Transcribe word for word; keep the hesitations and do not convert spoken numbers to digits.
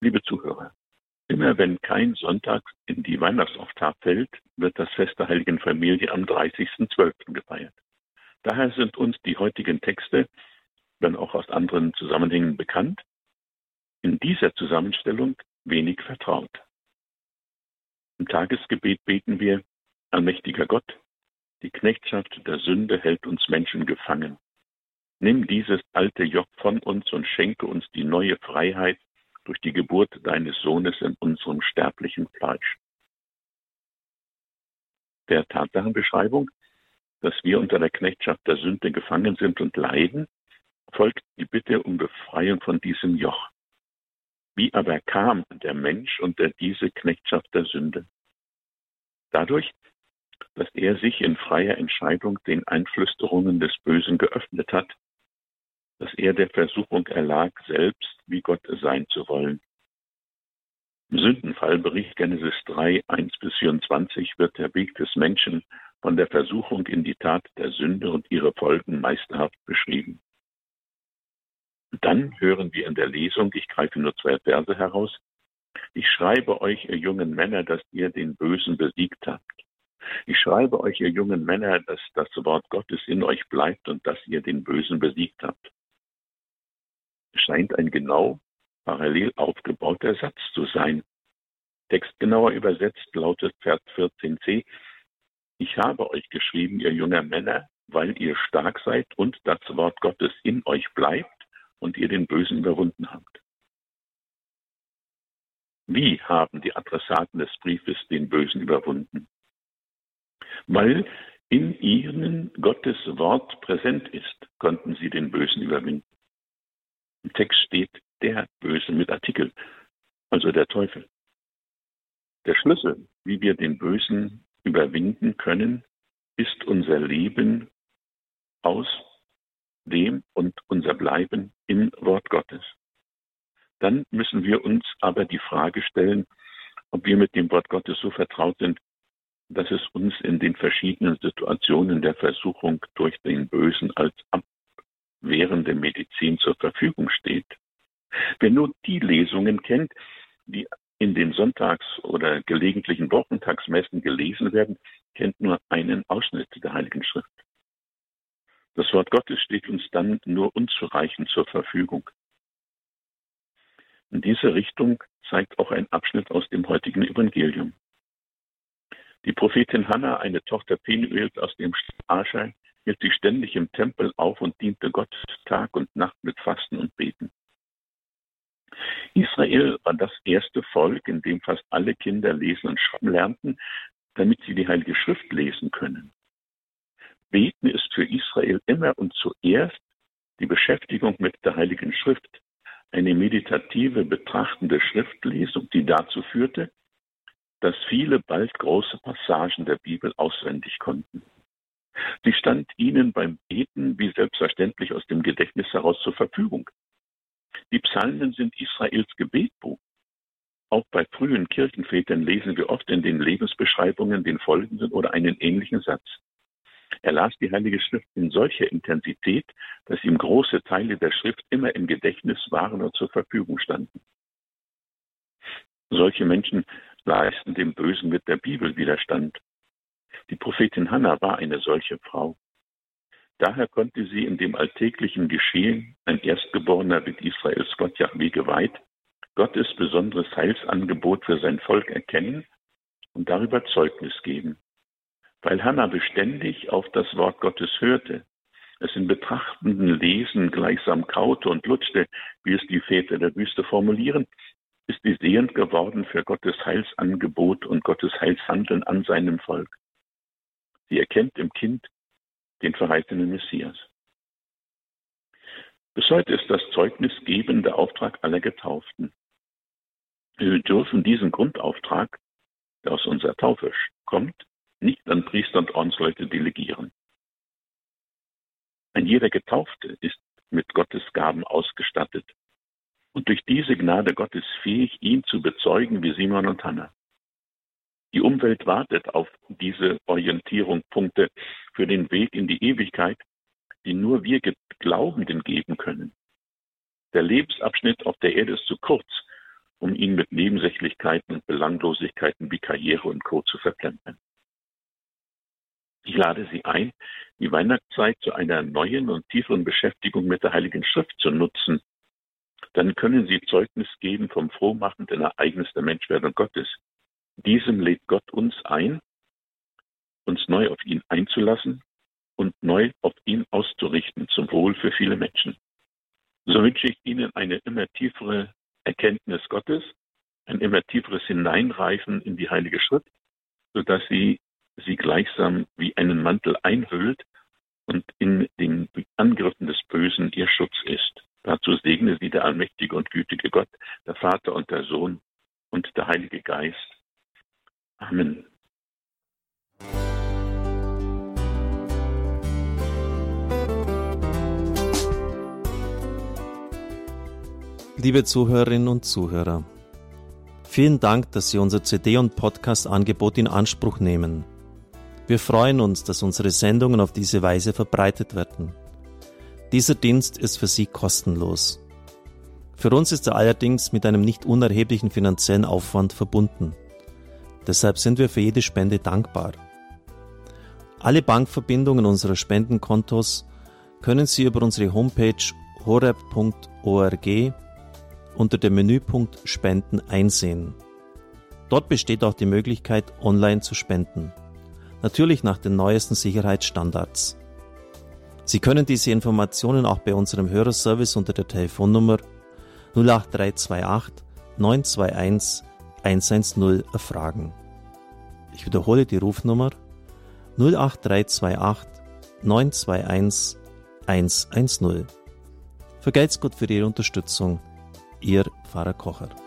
Liebe Zuhörer, immer wenn kein Sonntag in die Weihnachtsoktave fällt, wird das Fest der Heiligen Familie am dreißigsten zwölften gefeiert. Daher sind uns die heutigen Texte, wenn auch aus anderen Zusammenhängen bekannt, in dieser Zusammenstellung wenig vertraut. Im Tagesgebet beten wir: Allmächtiger Gott, die Knechtschaft der Sünde hält uns Menschen gefangen. Nimm dieses alte Joch von uns und schenke uns die neue Freiheit durch die Geburt deines Sohnes in unserem sterblichen Fleisch. Der Tatsachenbeschreibung, dass wir unter der Knechtschaft der Sünde gefangen sind und leiden, folgt die Bitte um Befreiung von diesem Joch. Wie aber kam der Mensch unter diese Knechtschaft der Sünde? Dadurch, dass er sich in freier Entscheidung den Einflüsterungen des Bösen geöffnet hat, dass er der Versuchung erlag, selbst wie Gott sein zu wollen. Im Sündenfall, Bericht Genesis drei, eins bis vierundzwanzig, wird der Weg des Menschen von der Versuchung in die Tat der Sünde und ihre Folgen meisterhaft beschrieben. Dann hören wir in der Lesung, ich greife nur zwei Verse heraus: Ich schreibe euch, ihr jungen Männer, dass ihr den Bösen besiegt habt. Ich schreibe euch, ihr jungen Männer, dass das Wort Gottes in euch bleibt und dass ihr den Bösen besiegt habt. Es scheint ein genau parallel aufgebauter Satz zu sein. Textgenauer übersetzt lautet Vers vierzehn c: Ich habe euch geschrieben, ihr jungen Männer, weil ihr stark seid und das Wort Gottes in euch bleibt und ihr den Bösen überwunden habt. Wie haben die Adressaten des Briefes den Bösen überwunden? Weil in ihnen Gottes Wort präsent ist, konnten sie den Bösen überwinden. Im Text steht der Böse mit Artikel, also der Teufel. Der Schlüssel, wie wir den Bösen überwinden können, ist unser Leben aus dem und unser Bleiben im Wort Gottes. Dann müssen wir uns aber die Frage stellen, ob wir mit dem Wort Gottes so vertraut sind, dass es uns in den verschiedenen Situationen der Versuchung durch den Bösen als abwehrende Medizin zur Verfügung steht. Wer nur die Lesungen kennt, die in den Sonntags- oder gelegentlichen Wochentagsmessen gelesen werden, kennt nur einen Ausschnitt der Heiligen Schrift. Das Wort Gottes steht uns dann nur unzureichend zur Verfügung. In diese Richtung zeigt auch ein Abschnitt aus dem heutigen Evangelium. Die Prophetin Hannah, eine Tochter Penuels aus dem Stamm Ascher, hielt sich ständig im Tempel auf und diente Gott Tag und Nacht mit Fasten und Beten. Israel war das erste Volk, in dem fast alle Kinder lesen und schreiben lernten, damit sie die Heilige Schrift lesen können. Beten ist für Israel immer und zuerst die Beschäftigung mit der Heiligen Schrift, eine meditative, betrachtende Schriftlesung, die dazu führte, dass viele bald große Passagen der Bibel auswendig konnten. Sie stand ihnen beim Beten wie selbstverständlich aus dem Gedächtnis heraus zur Verfügung. Die Psalmen sind Israels Gebetbuch. Auch bei frühen Kirchenvätern lesen wir oft in den Lebensbeschreibungen den folgenden oder einen ähnlichen Satz. Er las die Heilige Schrift in solcher Intensität, dass ihm große Teile der Schrift immer im Gedächtnis waren und zur Verfügung standen. Solche Menschen leisten dem Bösen mit der Bibel Widerstand. Die Prophetin Hannah war eine solche Frau. Daher konnte sie in dem alltäglichen Geschehen, ein Erstgeborener wird Israels Gott Jahwe geweiht, Gottes besonderes Heilsangebot für sein Volk erkennen und darüber Zeugnis geben. Weil Hannah beständig auf das Wort Gottes hörte, es in betrachtenden Lesen gleichsam kaute und lutschte, wie es die Väter der Wüste formulieren, ist sie sehend geworden für Gottes Heilsangebot und Gottes Heilshandeln an seinem Volk. Sie erkennt im Kind den verheißenen Messias. Bis heute ist das Zeugnisgeben der Auftrag aller Getauften. Wir dürfen diesen Grundauftrag, der aus unserer Taufe kommt, nicht an Priester und Ordensleute delegieren. Ein jeder Getaufte ist mit Gottes Gaben ausgestattet und durch diese Gnade Gottes fähig, ihn zu bezeugen wie Simon und Hannah. Die Umwelt wartet auf diese Orientierungspunkte für den Weg in die Ewigkeit, die nur wir Glaubenden geben können. Der Lebensabschnitt auf der Erde ist zu kurz, um ihn mit Nebensächlichkeiten und Belanglosigkeiten wie Karriere und Co. zu verplempern. Ich lade Sie ein, die Weihnachtszeit zu einer neuen und tieferen Beschäftigung mit der Heiligen Schrift zu nutzen. Dann können Sie Zeugnis geben vom frohmachenden Ereignis der Menschwerdung Gottes. Diesem lädt Gott uns ein, uns neu auf ihn einzulassen und neu auf ihn auszurichten zum Wohl für viele Menschen. So wünsche ich Ihnen eine immer tiefere Erkenntnis Gottes, ein immer tieferes Hineinreifen in die Heilige Schrift, sodass sie sie gleichsam wie einen Mantel einhüllt und in den Angriffen des Bösen ihr Schutz ist. Dazu segne sie der allmächtige und gütige Gott, der Vater und der Sohn und der Heilige Geist. Amen. Liebe Zuhörerinnen und Zuhörer, vielen Dank, dass Sie unser C D- und Podcast-Angebot in Anspruch nehmen. Wir freuen uns, dass unsere Sendungen auf diese Weise verbreitet werden. Dieser Dienst ist für Sie kostenlos. Für uns ist er allerdings mit einem nicht unerheblichen finanziellen Aufwand verbunden. Deshalb sind wir für jede Spende dankbar. Alle Bankverbindungen unserer Spendenkontos können Sie über unsere Homepage horeb punkt org unter dem Menüpunkt Spenden einsehen. Dort besteht auch die Möglichkeit, online zu spenden. Natürlich nach den neuesten Sicherheitsstandards. Sie können diese Informationen auch bei unserem Hörerservice unter der Telefonnummer null acht drei zwei acht neun zwei eins eins eins null erfragen. Ich wiederhole die Rufnummer null acht drei zwei acht neun zwei eins eins eins null. Vergelt's Gott für Ihre Unterstützung. Ihr Pfarrer Kocher.